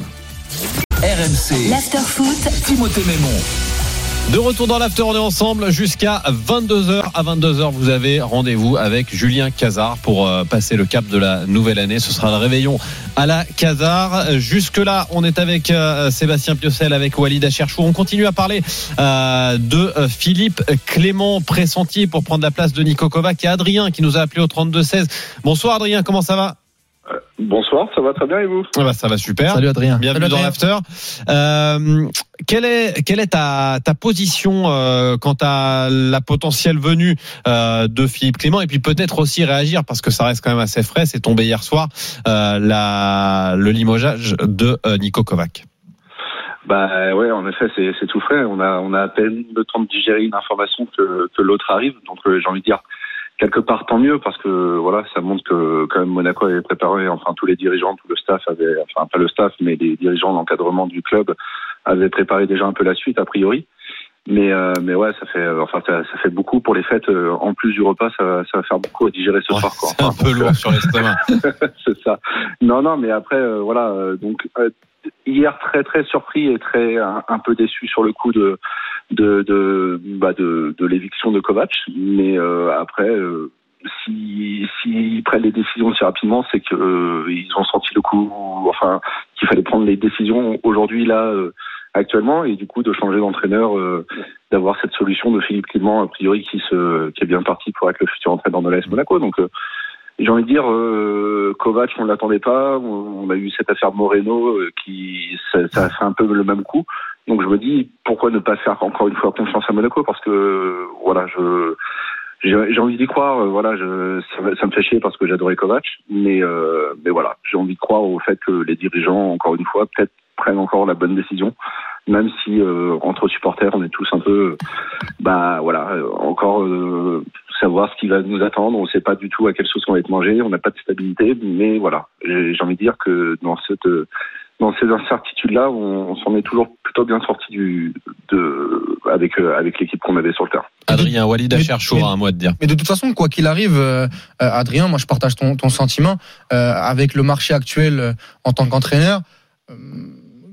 R M C l'Afterfoot, Timothée Mémon. De retour dans l'After, on est ensemble jusqu'à vingt-deux heures. À vingt-deux heures, vous avez rendez-vous avec Julien Cazard pour euh, passer le cap de la nouvelle année. Ce sera le réveillon à la Cazard. Jusque-là, on est avec euh, Sébastien Piocel, avec Walid Acharchour. On continue à parler euh, de euh, Philippe Clément, pressenti pour prendre la place de Niko Kovac. Et Adrien qui nous a appelé au trente-deux seize. Bonsoir Adrien, comment ça va ? Euh, bonsoir, ça va très bien et vous ? Ah bah ça va super. Salut Adrien. Bienvenue Salut dans l'After. Euh, quelle est quelle est ta ta position euh, quant à la potentielle venue euh, de Philippe Clément et puis peut-être aussi réagir parce que ça reste quand même assez frais. C'est tombé hier soir euh, la le limogeage de euh, Niko Kovac. Bah ouais, en effet, c'est c'est tout frais. On a on a à peine le temps de digérer une information que que l'autre arrive. Donc euh, j'ai envie de dire. Quelque part, tant mieux, parce que voilà, ça montre que quand même Monaco avait préparé, enfin tous les dirigeants, tout le staff avait, enfin pas le staff, mais les dirigeants, l'encadrement du club avaient préparé déjà un peu la suite a priori. Mais euh, mais ouais, ça fait, enfin ça, ça fait beaucoup pour les fêtes. En plus du repas, ça va, ça va faire beaucoup à digérer ce ouais, soir. Quoi. C'est un peu lourd sur l'estomac. C'est ça. Non non, mais après euh, voilà, euh, donc euh, hier très très surpris et très un, un peu déçu sur le coup de de de bah de, de l'éviction de Kovac, mais euh, après euh, si s'ils prennent les décisions si rapidement, c'est que euh, ils ont senti le coup, enfin qu'il fallait prendre les décisions aujourd'hui là euh, actuellement et du coup de changer d'entraîneur, euh, d'avoir cette solution de Philippe Clément a priori qui se qui est bien parti pour être le futur entraîneur de l'A S Monaco. Donc euh, j'ai envie de dire, euh, Kovac, on ne l'attendait pas. On, on a eu cette affaire Moreno euh, qui, ça, ça a fait un peu le même coup. Donc je me dis, pourquoi ne pas faire encore une fois confiance à Monaco ? Parce que voilà, je j'ai, j'ai envie d'y croire. Euh, voilà, je, ça, ça me fait chier parce que j'adorais Kovac, mais euh, mais voilà, j'ai envie de croire au fait que les dirigeants, encore une fois, peut-être prennent encore la bonne décision. Même si euh, entre supporters, on est tous un peu, bah voilà, euh, encore euh, savoir ce qui va nous attendre. On ne sait pas du tout à quelle sauce on va être mangé. On n'a pas de stabilité, mais voilà, j'ai, j'ai envie de dire que dans cette, dans ces incertitudes-là, on, on s'en est toujours plutôt bien sorti du, de, avec euh, avec l'équipe qu'on avait sur le terrain. Adrien, Walid Acharchour a un mot à te dire. Mais de toute façon, quoi qu'il arrive, euh, Adrien, moi je partage ton, ton sentiment euh, avec le marché actuel euh, en tant qu'entraîneur. Euh,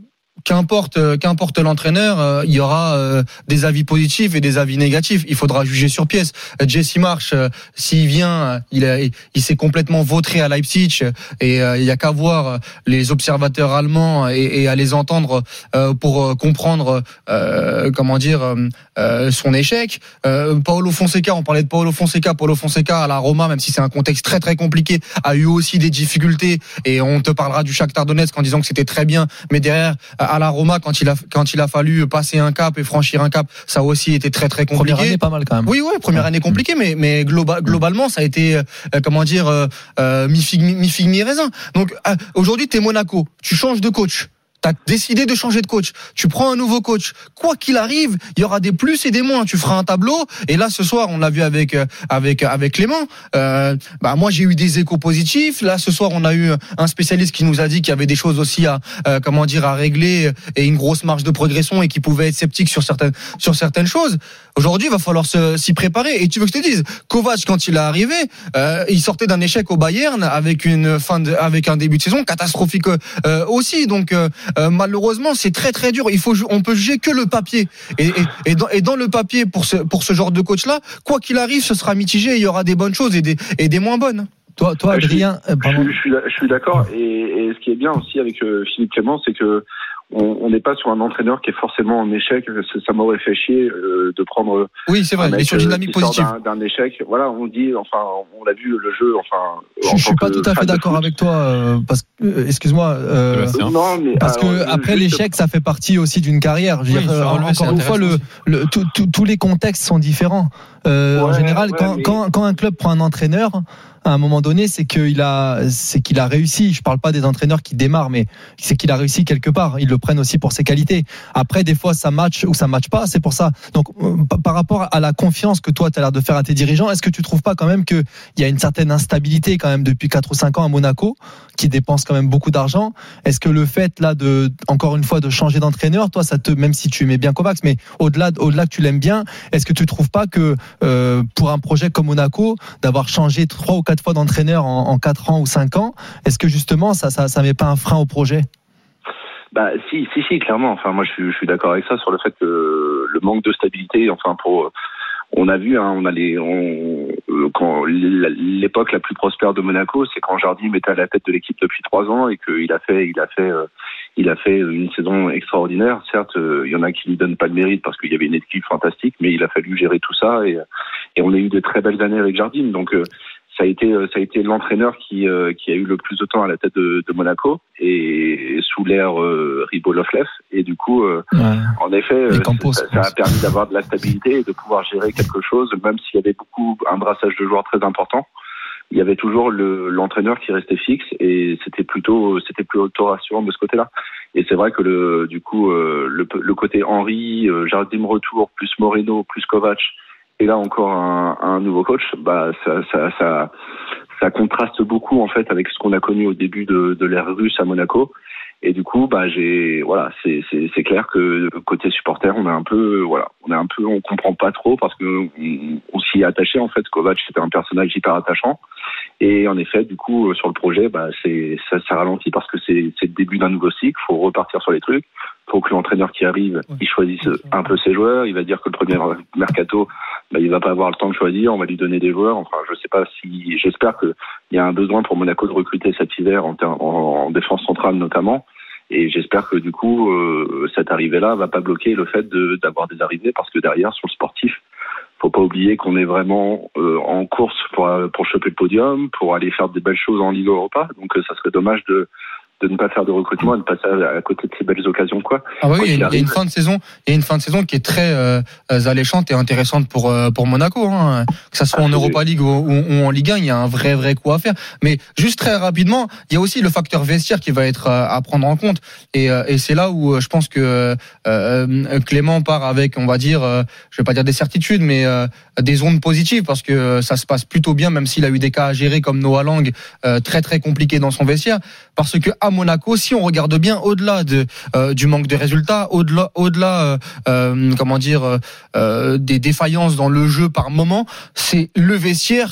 qu'importe, qu'importe l'entraîneur, euh, il y aura euh, des avis positifs et des avis négatifs. Il faudra juger sur pièce. Jesse Marsch, euh, s'il vient, il, a, il s'est complètement vautré à Leipzig et euh, il y a qu'à voir les observateurs allemands et, et à les entendre euh, pour comprendre, euh, comment dire, euh, son échec. Euh, Paulo Fonseca, on parlait de Paulo Fonseca. Paulo Fonseca à la Roma, même si c'est un contexte très très compliqué, a eu aussi des difficultés et on te parlera du Shakhtar Donetsk en disant que c'était très bien, mais derrière à la Roma quand il a quand il a fallu passer un cap et franchir un cap, ça a aussi été très très compliqué. Première année pas mal quand même. Oui oui, première année compliquée, mais mais globa, globalement ça a été euh, comment dire euh, mi figue mi figue mi raisin. Donc euh, aujourd'hui t'es Monaco, tu changes de coach. T'as décidé de changer de coach. Tu prends un nouveau coach. Quoi qu'il arrive, il y aura des plus et des moins. Tu feras un tableau. Et là, ce soir, on l'a vu avec avec avec Clément. Euh, bah moi, j'ai eu des échos positifs. Là, ce soir, on a eu un spécialiste qui nous a dit qu'il y avait des choses aussi à euh, comment dire à régler et une grosse marge de progression et qui pouvait être sceptique sur certaines sur certaines choses. Aujourd'hui, il va falloir se, s'y préparer. Et tu veux que je te dise, Kovac, quand il est arrivé, euh, il sortait d'un échec au Bayern avec une fin de, avec un début de saison catastrophique euh, aussi. Donc euh, Euh, malheureusement, c'est très très dur. Il faut, on peut juger que le papier. Et, et, et, dans, et dans le papier pour ce pour ce genre de coach-là, quoi qu'il arrive, ce sera mitigé. Il y aura des bonnes choses et des et des moins bonnes. Toi, toi, Adrien, je, je, je, suis, je suis d'accord. Et, et ce qui est bien aussi avec euh, Philippe Clément, c'est que on n'est pas sur un entraîneur qui est forcément en échec. Ça m'aurait fait chier euh, de prendre. Oui, c'est vrai. Il est sur une dynamique positive. D'un, d'un échec, voilà, on dit, enfin, on l'a vu le jeu, enfin. Je, je suis pas tout à fait d'accord avec toi, euh, parce que, euh, excuse-moi, euh, non, mais parce alors, que après l'échec, ça fait partie aussi d'une carrière. Je veux oui, dire, euh, encore une fois, le, le, tout, tout, tous les contextes sont différents. Euh, ouais, en général, ouais, quand, mais... quand, quand un club prend un entraîneur, à un moment donné, c'est qu'il a, c'est qu'il a réussi. Je parle pas des entraîneurs qui démarrent, mais c'est qu'il a réussi quelque part. Ils le prennent aussi pour ses qualités. Après, des fois, ça match ou ça match pas. C'est pour ça. Donc, par rapport à la confiance que toi, tu as l'air de faire à tes dirigeants, est-ce que tu trouves pas quand même qu'il y a une certaine instabilité quand même depuis quatre ou cinq ans à Monaco, qui dépense quand même beaucoup d'argent? Est-ce que le fait là de, encore une fois, de changer d'entraîneur, toi, ça te, même si tu aimais bien Kovacs, mais au-delà, au-delà que tu l'aimes bien, est-ce que tu trouves pas que euh, pour un projet comme Monaco, d'avoir changé trois ou quatre fois d'entraîneur en, en quatre ans ou cinq ans, est-ce que justement ça, ça, ça met pas un frein au projet? Bah si, si, si, clairement. Enfin, moi, je suis, je suis d'accord avec ça sur le fait que le manque de stabilité. Enfin, pour, on a vu, hein, on a les, on, quand l'époque la plus prospère de Monaco, c'est quand Jardim était à la tête de l'équipe depuis trois ans et qu'il a fait, il a fait, euh, il a fait une saison extraordinaire. Certes, euh, il y en a qui lui donnent pas de mérite parce qu'il y avait une équipe fantastique, mais il a fallu gérer tout ça et, et on a eu de très belles années avec Jardim. Donc euh, ça a été ça a été l'entraîneur qui euh, qui a eu le plus de temps à la tête de, de Monaco et sous l'ère euh, Ribolovlev et du coup euh, ouais. en effet euh, Campos, ça, ça a permis d'avoir de la stabilité et de pouvoir gérer quelque chose, même s'il y avait beaucoup un brassage de joueurs très important. Il y avait toujours le, l'entraîneur qui restait fixe et c'était plutôt c'était plutôt rassurant de ce côté-là. Et c'est vrai que le du coup euh, le, le côté Henry, euh, Jardim retour plus Moreno plus Kovac et là encore un, un nouveau coach, bah ça, ça, ça, ça contraste beaucoup en fait avec ce qu'on a connu au début de, de l'ère russe à Monaco. Et du coup, bah j'ai, voilà, c'est, c'est, c'est clair que côté supporter, on est un peu, voilà, on est un peu, on comprend pas trop parce que on, on s'y est attaché en fait. Kovac c'était un personnage hyper attachant. Et en effet, du coup, sur le projet, bah c'est, ça, ça ralentit parce que c'est, c'est le début d'un nouveau cycle. Faut repartir sur les trucs. Faut que l'entraîneur qui arrive, il choisisse un peu ses joueurs. Il va dire que le premier mercato, bah, il va pas avoir le temps de choisir. On va lui donner des joueurs. Enfin, je sais pas si, j'espère que il y a un besoin pour Monaco de recruter cet hiver en, en, en défense centrale notamment. Et j'espère que du coup, euh, cette arrivée-là va pas bloquer le fait de, d'avoir des arrivées parce que derrière, sur le sportif, faut pas oublier qu'on est vraiment euh, en course pour pour choper le podium, pour aller faire des belles choses en Ligue Europa. Donc, euh, ça serait dommage de de ne pas faire de recrutement et de passer à côté de ces belles occasions, quoi. Ah oui, il y a une fin de saison, il y a une fin de saison qui est très euh, alléchante et intéressante pour euh, pour Monaco, hein. Que ça soit ah, en Europa League ou, ou, ou en Ligue un, il y a un vrai vrai coup à faire. Mais juste très rapidement, il y a aussi le facteur vestiaire qui va être euh, à prendre en compte et, euh, et c'est là où euh, je pense que euh, Clément part avec, on va dire, euh, je vais pas dire des certitudes, mais euh, des ondes positives parce que euh, ça se passe plutôt bien, même s'il a eu des cas à gérer comme Noah Lang, euh, très très compliqué dans son vestiaire, parce que à Monaco, si on regarde bien au-delà de euh, du manque de résultats, au-delà au-delà euh, euh, comment dire euh, des défaillances dans le jeu par moment, c'est le vestiaire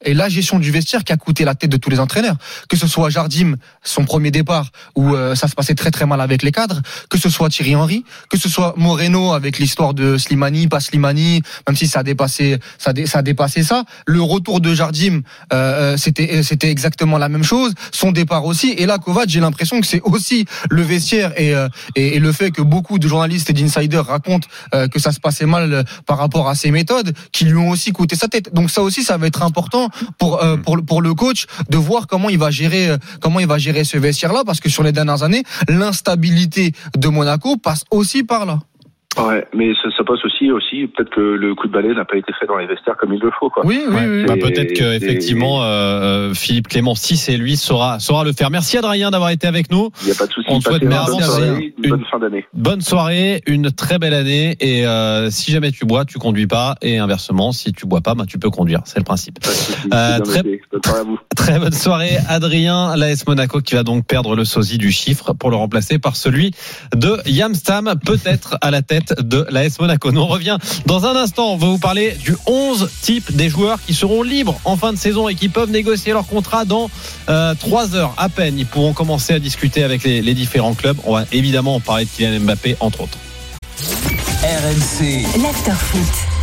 et la gestion du vestiaire qui a coûté la tête de tous les entraîneurs. Que ce soit Jardim, son premier départ, où euh, ça se passait très très mal avec les cadres, que ce soit Thierry Henry, que ce soit Moreno avec l'histoire de Slimani, pas Slimani, même si ça a dépassé, ça, dé, ça a dépassé ça. Le retour de Jardim, euh, c'était, c'était exactement la même chose. Son départ aussi. Et là, Kovac, j'ai l'impression que c'est aussi le vestiaire et, euh, et, et le fait que beaucoup de journalistes et d'insiders racontent euh, que ça se passait mal par rapport à ses méthodes, qui lui ont aussi coûté sa tête. Donc ça aussi, ça va être important pour euh, pour pour le coach de voir comment il va gérer euh, comment il va gérer ce vestiaire-là, parce que sur les dernières années, l'instabilité de Monaco passe aussi par là. Ouais, mais ça, ça passe aussi, aussi, peut-être que le coup de balai n'a pas été fait dans les vestiaires comme il le faut, quoi. Oui, oui, ouais. oui. Bah, peut-être que, effectivement, euh, Philippe Clément, si c'est lui, saura, saura le faire. Merci Adrien d'avoir été avec nous. Il n'y a pas de souci. On te souhaite une bonne soirée, une bonne fin d'année. Bonne soirée, une très belle année. Et, euh, si jamais tu bois, tu conduis pas. Et inversement, si tu bois pas, bah, tu peux conduire. C'est le principe. Euh, très, bonne soirée à vous. Très bonne soirée, Adrien. L'A S Monaco qui va donc perdre le sosie du chiffre pour le remplacer par celui de Yamstam, peut-être à la tête de l'A S Monaco. Nous on revient dans un instant. On va vous parler du onze type des joueurs qui seront libres en fin de saison et qui peuvent négocier leur contrat dans euh, trois heures à peine. Ils pourront commencer à discuter avec les, les différents clubs. On va évidemment parler de Kylian Mbappé entre autres. R M C l'after foot.